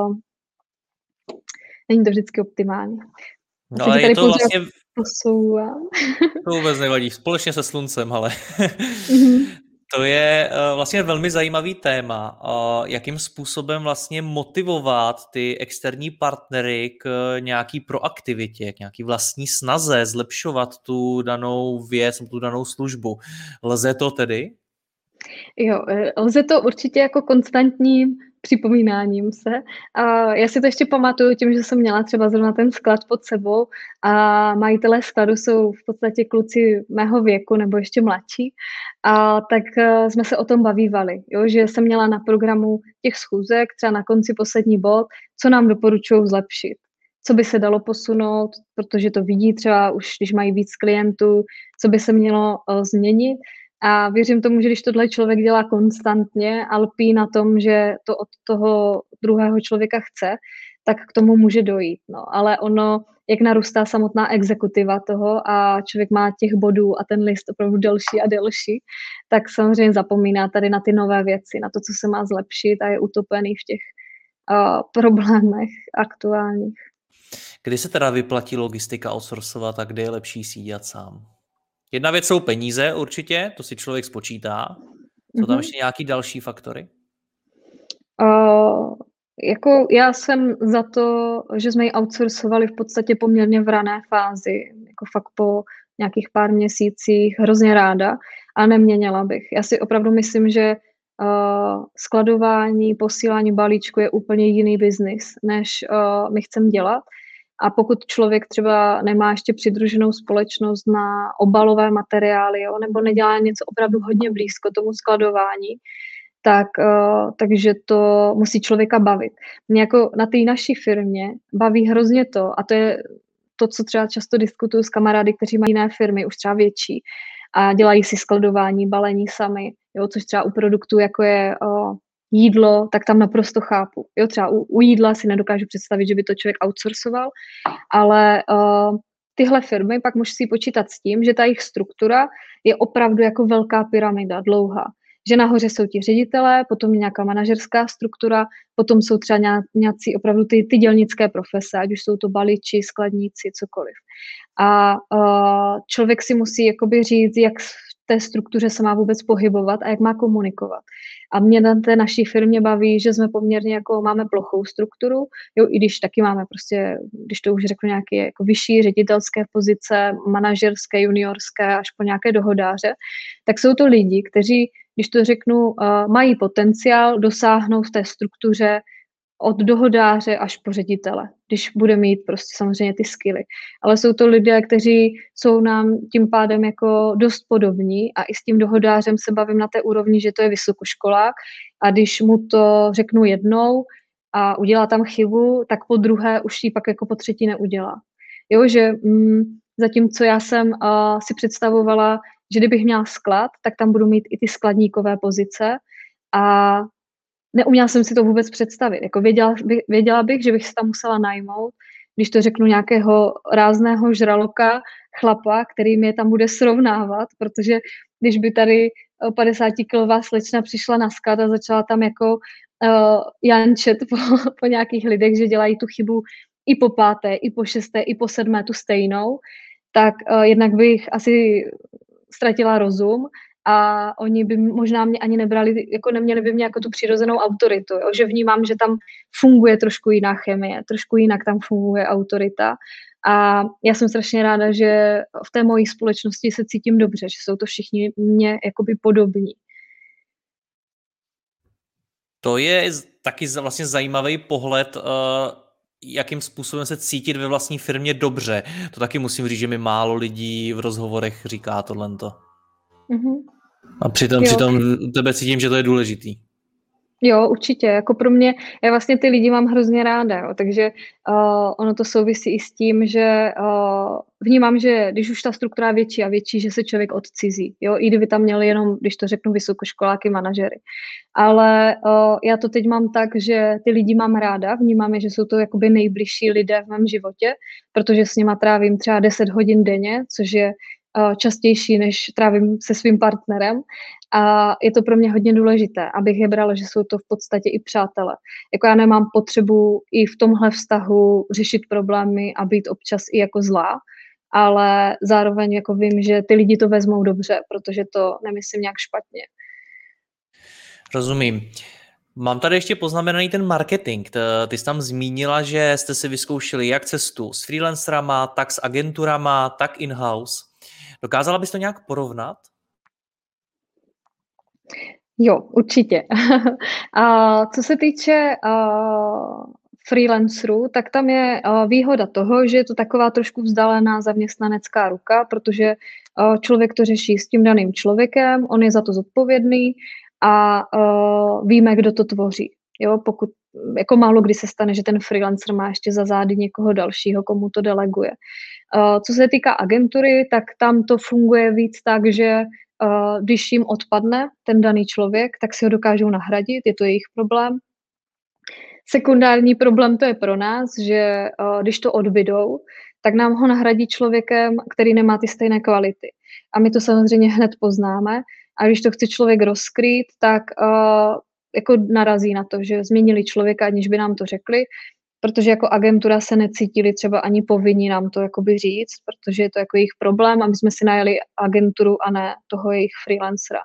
není to vždycky optimální. No ale je to vlastně... Posouvám. To vůbec nevadí, společně se sluncem, ale... To je vlastně velmi zajímavý téma. Jakým způsobem vlastně motivovat ty externí partnery k nějaký proaktivitě, k nějaký vlastní snaze zlepšovat tu danou věc, tu danou službu. Lze to tedy? Jo, lze to určitě jako konstantním připomínáním se. Já si to ještě pamatuju tím, že jsem měla třeba zrovna ten sklad pod sebou a majitelé skladu jsou v podstatě kluci mého věku nebo ještě mladší. Tak jsme se o tom bavívali, jo, že jsem měla na programu těch schůzek, třeba na konci poslední bod, co nám doporučují zlepšit, co by se dalo posunout, protože to vidí třeba už, když mají víc klientů, co by se mělo změnit. A věřím tomu, že když tohle člověk dělá konstantně a lpí na tom, že to od toho druhého člověka chce, tak k tomu může dojít. No. Ale ono, jak narůstá samotná exekutiva toho a člověk má těch bodů a ten list opravdu delší a delší, tak samozřejmě zapomíná tady na ty nové věci, na to, co se má zlepšit a je utopený v těch problémech aktuálních. Kdy se teda vyplatí logistika outsourcovat a kdy je lepší si dělat sám? Jedna věc jsou peníze určitě, to si člověk spočítá. Jsou tam ještě nějaký další faktory? Jako já jsem za to, že jsme ji outsourcovali v podstatě poměrně v rané fázi, jako fakt po nějakých pár měsících, hrozně ráda a neměnila bych. Já si opravdu myslím, že skladování, posílání balíčku je úplně jiný biznis, než my chceme dělat. A pokud člověk třeba nemá ještě přidruženou společnost na obalové materiály, jo, nebo nedělá něco opravdu hodně blízko tomu skladování, takže to musí člověka bavit. Mě jako na té naší firmě baví hrozně to, a to je to, co třeba často diskutuju s kamarády, kteří mají jiné firmy, už třeba větší, a dělají si skladování, balení sami, jo, což třeba u produktů, jako je jídlo, tak tam naprosto chápu. Jo, třeba u jídla si nedokážu představit, že by to člověk outsourcoval, ale tyhle firmy pak musí počítat s tím, že ta jejich struktura je opravdu jako velká pyramida, dlouhá. že nahoře jsou ti ředitelé, potom nějaká manažerská struktura, potom jsou třeba nějací opravdu ty dělnické profese, ať už jsou to baliči, skladníci, cokoliv. A člověk si musí jakoby říct, jak v té struktuře se má vůbec pohybovat a jak má komunikovat. A mě na té naší firmě baví, že jsme poměrně jako máme plochou strukturu, jo, i když taky máme prostě, když to už řeknu, nějaké jako vyšší ředitelské pozice, manažerské, juniorské, až po nějaké dohodáře, tak jsou to lidi, kteří, když to řeknu, mají potenciál dosáhnout v té struktuře od dohodáře až po ředitele, když bude mít prostě samozřejmě ty skilly. Ale jsou to lidé, kteří jsou nám tím pádem jako dost podobní a i s tím dohodářem se bavím na té úrovni, že to je vysokoškolák a když mu to řeknu jednou a udělá tam chybu, tak po druhé už ji pak jako po třetí neudělá. Jo, že zatímco já jsem si představovala, že kdybych měla sklad, tak tam budu mít i ty skladníkové pozice a neuměla jsem si to vůbec představit. Jako věděla bych, že bych se tam musela najmout, když to řeknu, nějakého rázného žraloka, chlapa, který mě tam bude srovnávat, protože když by tady 50-kilová slečna přišla na sklad a začala tam jako jančet po nějakých lidech, že dělají tu chybu i po páté, i po šesté, i po sedmé tu stejnou, tak jednak bych asi ztratila rozum a oni by možná mě ani nebrali, jako neměli by mě jako tu přirozenou autoritu, jo? Že vnímám, že tam funguje trošku jiná chemie, trošku jinak tam funguje autorita a já jsem strašně ráda, že v té mojí společnosti se cítím dobře, že jsou to všichni mě jakoby podobní. To je taky vlastně zajímavý pohled, jakým způsobem se cítit ve vlastní firmě dobře. To taky musím říct, že mi málo lidí v rozhovorech říká tohleto. Mm-hmm. A přitom tebe cítím, že to je důležitý. Jo, určitě. Jako pro mě, já vlastně ty lidi mám hrozně ráda, jo, takže ono to souvisí i s tím, že vnímám, že když už ta struktura je větší a větší, že se člověk odcizí, jo, i kdyby tam měli jenom, když to řeknu, vysokoškoláky, manažery. Ale já to teď mám tak, že ty lidi mám ráda, vnímám je, že jsou to jakoby nejbližší lidé v mém životě, protože s nima trávím třeba 10 hodin denně, což je častější, než trávím se svým partnerem a je to pro mě hodně důležité, abych je brala, že jsou to v podstatě i přátelé. Jako já nemám potřebu i v tomhle vztahu řešit problémy a být občas i jako zlá, ale zároveň jako vím, že ty lidi to vezmou dobře, protože to nemyslím nějak špatně. Rozumím. Mám tady ještě poznamenaný ten marketing. Ty jsi tam zmínila, že jste si vyzkoušeli jak cestu s freelancerama, tak s agenturama, tak in-house. Dokázala bys to nějak porovnat? Jo, určitě. A co se týče freelancerů, tak tam je výhoda toho, že je to taková trošku vzdálená zaměstnanecká ruka, protože člověk to řeší s tím daným člověkem, on je za to zodpovědný a víme, kdo to tvoří. Jo, pokud jako málo kdy se stane, že ten freelancer má ještě za zády někoho dalšího, komu to deleguje. Co se týká agentury, tak tam to funguje víc tak, že když jim odpadne ten daný člověk, tak si ho dokážou nahradit, je to jejich problém. Sekundární problém to je pro nás, že když to odbydou, tak nám ho nahradí člověkem, který nemá ty stejné kvality. A my to samozřejmě hned poznáme. A když to chce člověk rozkrýt, tak jako narazí na to, že změnili člověka, aniž by nám to řekli, protože jako agentura se necítili třeba ani povinni nám to jakoby říct, protože je to jako jejich problém a my jsme si najeli agenturu a ne toho jejich freelancera.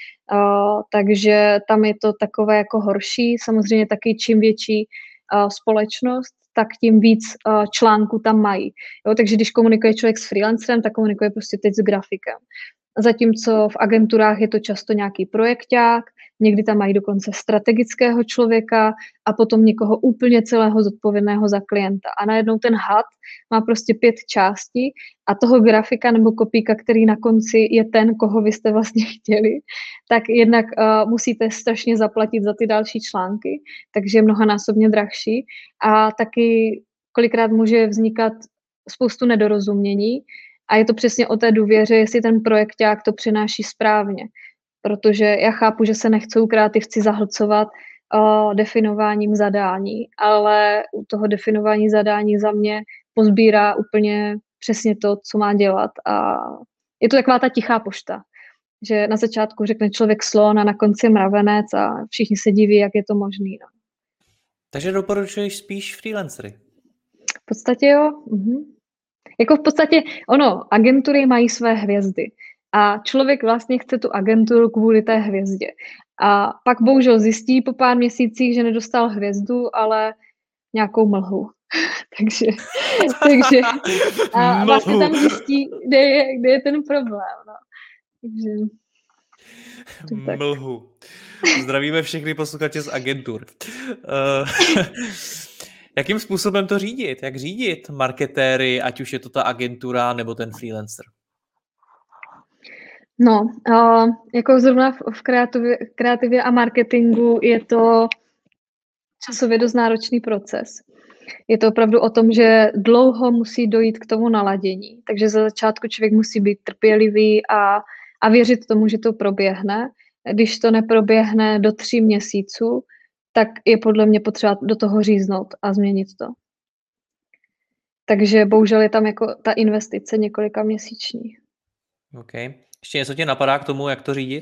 Takže tam je to takové jako horší. Samozřejmě taky čím větší společnost, tak tím víc článků tam mají. Jo, takže když komunikuje člověk s freelancerem, tak komunikuje prostě teď s grafikem. Zatímco v agenturách je to často nějaký projekták, někdy tam mají dokonce strategického člověka a potom někoho úplně celého zodpovědného za klienta. A najednou ten had má prostě 5 částí a toho grafika nebo kopíka, který na konci je ten, koho vy jste vlastně chtěli, tak jednak musíte strašně zaplatit za ty další články, takže je mnohonásobně drahší a taky kolikrát může vznikat spoustu nedorozumění, a je to přesně o té důvěře, jestli ten projekták to přináší správně. Protože já chápu, že se nechcou kreativci zahlcovat definováním zadání, ale u toho definování zadání za mě pozbírá úplně přesně to, co má dělat. A je to taková ta tichá pošta. Že na začátku řekne člověk slon a na konci mravenec a všichni se diví, jak je to možný. No. Takže doporučuješ spíš freelancery? V podstatě jo. Jako v podstatě, agentury mají své hvězdy a člověk vlastně chce tu agenturu kvůli té hvězdě. A pak bohužel zjistí po pár měsících, že nedostal hvězdu, ale nějakou mlhu. takže a vlastně tam zjistí, kde je ten problém. No. Takže, mlhu. Zdravíme všechny posluchače z agentur. Jakým způsobem to řídit? Jak řídit marketéry, ať už je to ta agentura nebo ten freelancer? No, jako zrovna v kreativě a marketingu je to časově dost náročný proces. Je to opravdu o tom, že dlouho musí dojít k tomu naladění. Takže za začátku člověk musí být trpělivý a věřit tomu, že to proběhne. Když to neproběhne do 3 měsíců, tak je podle mě potřeba do toho říznout a změnit to. Takže bohužel je tam jako ta investice několika měsíční. OK. Ještě něco tě napadá k tomu, jak to řídit?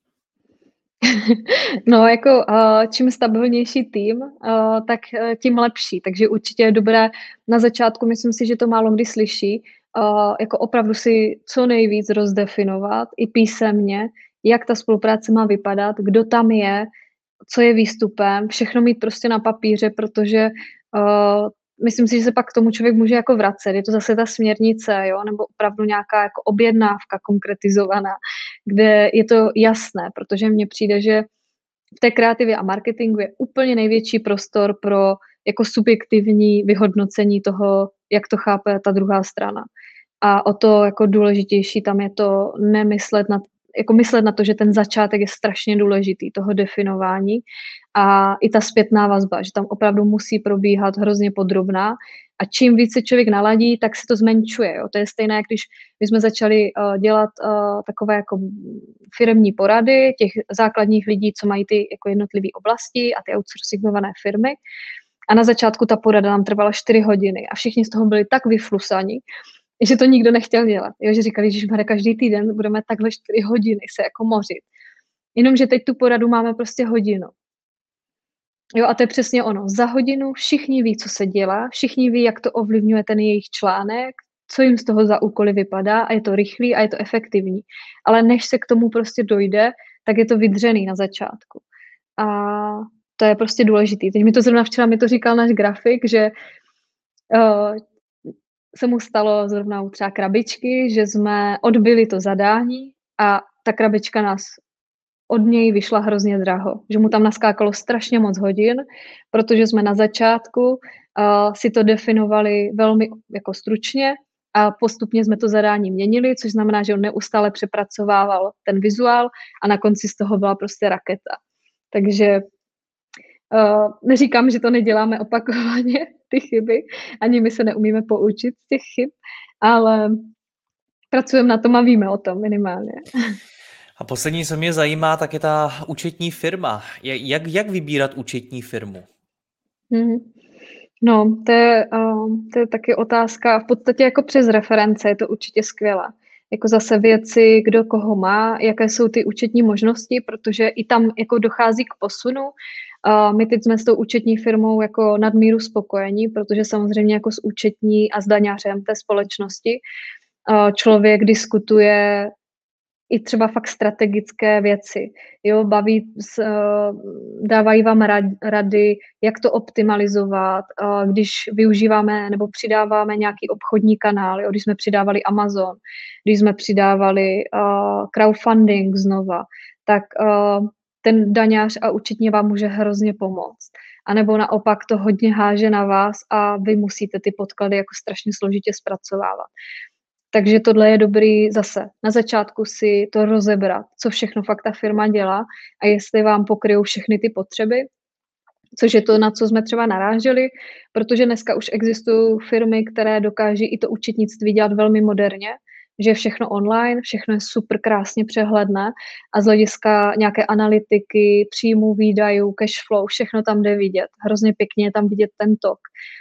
No, jako čím stabilnější tým, tak tím lepší. Takže určitě je dobré na začátku, myslím si, že to málo kdy slyší, jako opravdu si co nejvíc rozdefinovat i písemně, jak ta spolupráce má vypadat, kdo tam je, co je výstupem, všechno mít prostě na papíře, protože myslím si, že se pak k tomu člověk může jako vracet. Je to zase ta směrnice, jo, nebo opravdu nějaká jako objednávka konkretizovaná, kde je to jasné, protože mně přijde, že v té kreativě a marketingu je úplně největší prostor pro jako subjektivní vyhodnocení toho, jak to chápe ta druhá strana. A o to jako důležitější tam je to myslet na to, že ten začátek je strašně důležitý, toho definování a i ta zpětná vazba, že tam opravdu musí probíhat hrozně podrobná a čím více člověk naladí, tak se to zmenšuje. Jo. To je stejné, jak když my jsme začali dělat takové jako firemní porady těch základních lidí, co mají ty jako jednotlivé oblasti a ty outsourcingované firmy. A na začátku ta porada nám trvala 4 hodiny a všichni z toho byli tak vyflusaní, že to nikdo nechtěl dělat. Jo, že říkali, že každý týden budeme takhle 4 hodiny se jako mořit. Jenomže teď tu poradu máme prostě hodinu. Jo, a to je přesně ono. Za hodinu všichni ví, co se dělá, všichni ví, jak to ovlivňuje ten jejich článek, co jim z toho za úkoly vypadá a je to rychlý a je to efektivní. Ale než se k tomu prostě dojde, tak je to vydřený na začátku. A to je prostě důležitý. Teď včera mi to říkal náš grafik, že se mu stalo zrovna u třeba krabičky, že jsme odbyli to zadání a ta krabička nás od něj vyšla hrozně draho. Že mu tam naskákalo strašně moc hodin, protože jsme na začátku si to definovali velmi jako stručně a postupně jsme to zadání měnili, což znamená, že on neustále přepracovával ten vizuál a na konci z toho byla prostě raketa. Takže neříkám, že to neděláme opakovaně, ty chyby, ani my se neumíme poučit z těch chyb, ale pracujeme na tom a víme o tom minimálně. A poslední, co mě zajímá, tak je ta účetní firma. Jak vybírat účetní firmu? No, to je taky otázka. V podstatě jako přes reference je to určitě skvělé. Jako zase věci, kdo koho má, jaké jsou ty účetní možnosti, protože i tam jako dochází k posunu. My teď jsme s tou účetní firmou jako nadmíru spokojení, protože samozřejmě jako s účetní a s daňařem té společnosti člověk diskutuje i třeba fakt strategické věci. Jo, dávají vám rady, jak to optimalizovat, když využíváme nebo přidáváme nějaký obchodní kanál, jo, když jsme přidávali Amazon, když jsme přidávali crowdfunding znova, tak ten daňář a účetně vám může hrozně pomoct. A nebo naopak to hodně háže na vás a vy musíte ty podklady jako strašně složitě zpracovávat. Takže tohle je dobrý zase na začátku si to rozebrat, co všechno fakt ta firma dělá a jestli vám pokryjou všechny ty potřeby, což je to, na co jsme třeba naráželi, protože dneska už existují firmy, které dokáží i to účetnictví dělat velmi moderně, že je všechno online, všechno je super krásně přehledné a z hlediska nějaké analytiky, příjmů, výdajů, cash flow, všechno tam jde vidět. Hrozně pěkně je tam vidět ten tok.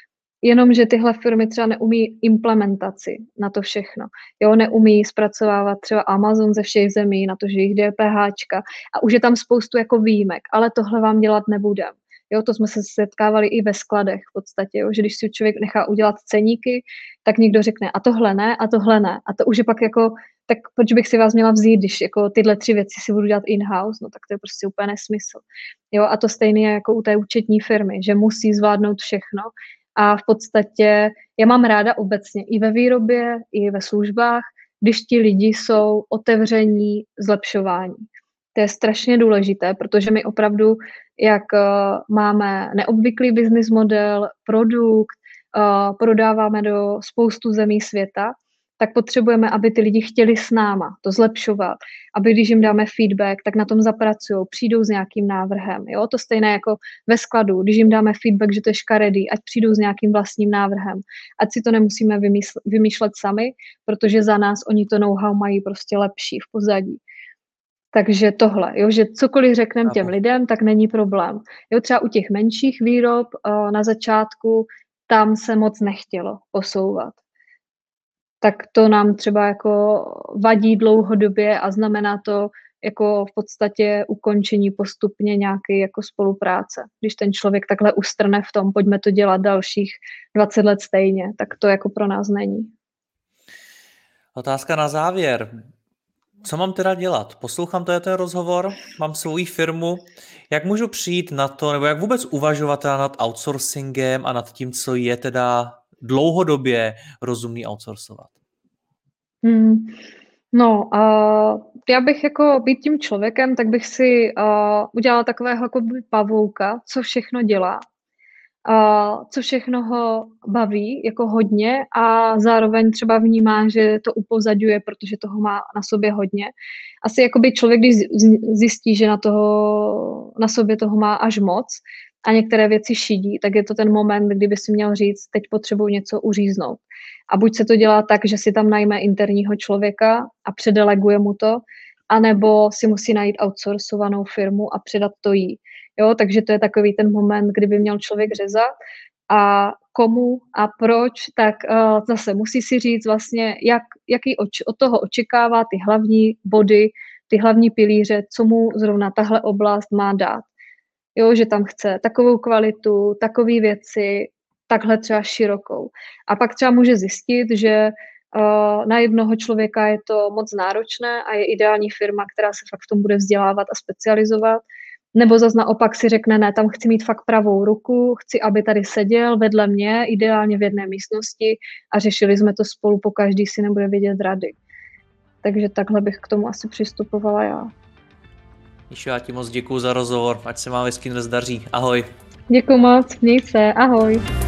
Jenomže tyhle firmy třeba neumí implementaci na to všechno. Jo, neumí zpracovávat třeba Amazon ze všech zemí na to, že jich DPHčka a už je tam spoustu jako výjimek, ale tohle vám dělat nebudem. Jo, to jsme se setkávali i ve skladech v podstatě, jo, že když si člověk nechá udělat ceníky, tak někdo řekne a tohle ne, a tohle ne. A to už je pak jako, tak proč bych si vás měla vzít, když jako tyhle 3 věci si budu dělat in-house, no tak to je prostě úplně nesmysl. Jo, a to stejné je jako u té účetní firmy, že musí zvládnout všechno a v podstatě já mám ráda obecně i ve výrobě, i ve službách, když ti lidi jsou otevření zlepšování. To je strašně důležité, protože my opravdu, jak máme neobvyklý business model, produkt, prodáváme do spoustu zemí světa, tak potřebujeme, aby ty lidi chtěli s náma to zlepšovat, aby když jim dáme feedback, tak na tom zapracují, přijdou s nějakým návrhem. Jo? To stejné jako ve skladu, když jim dáme feedback, že to je škaredý, ať přijdou s nějakým vlastním návrhem. Ať si to nemusíme vymýšlet sami, protože za nás oni to know-how mají prostě lepší v pozadí. Takže tohle, jo, že cokoliv řekneme těm lidem, tak není problém. Jo, třeba u těch menších výrob na začátku, tam se moc nechtělo posouvat. Tak to nám třeba jako vadí dlouhodobě a znamená to jako v podstatě ukončení postupně nějaké jako spolupráce. Když ten člověk takhle ustrne v tom, pojďme to dělat dalších 20 let stejně, tak to jako pro nás není. Otázka na závěr. Co mám teda dělat? Poslouchám ten rozhovor, mám svou firmu. Jak můžu přijít na to, nebo jak vůbec uvažovat teda nad outsourcingem a nad tím, co je teda dlouhodobě rozumný outsourcovat? No, já bych jako být tím člověkem, tak bych si udělala takového jako pavouka, co všechno dělá, co všechno ho baví jako hodně a zároveň třeba vnímá, že to upozadňuje, protože toho má na sobě hodně. Asi jakoby člověk, když zjistí, že na sobě toho má až moc a některé věci šidí, tak je to ten moment, kdyby si měl říct, teď potřebuji něco uříznout. A buď se to dělá tak, že si tam najme interního člověka a předeleguje mu to, anebo si musí najít outsourcovanou firmu a předat to jí. Jo, takže to je takový ten moment, kdyby měl člověk řezat a komu a proč, tak zase musí si říct vlastně, jaký od toho očekává ty hlavní body, ty hlavní pilíře, co mu zrovna tahle oblast má dát. Jo, že tam chce takovou kvalitu, takové věci, takhle třeba širokou. A pak třeba může zjistit, že na jednoho člověka je to moc náročné a je ideální firma, která se fakt v tom bude vzdělávat a specializovat. Nebo zase naopak si řekne, ne, tam chci mít fakt pravou ruku, chci, aby tady seděl vedle mě, ideálně v jedné místnosti a řešili jsme to spolu, po každý si nebude vědět rady. Takže takhle bych k tomu asi přistupovala já. Míšo, já ti moc děkuju za rozhovor, ať se vám ve Skinners daří. Ahoj. Děkuju moc, měj se, ahoj.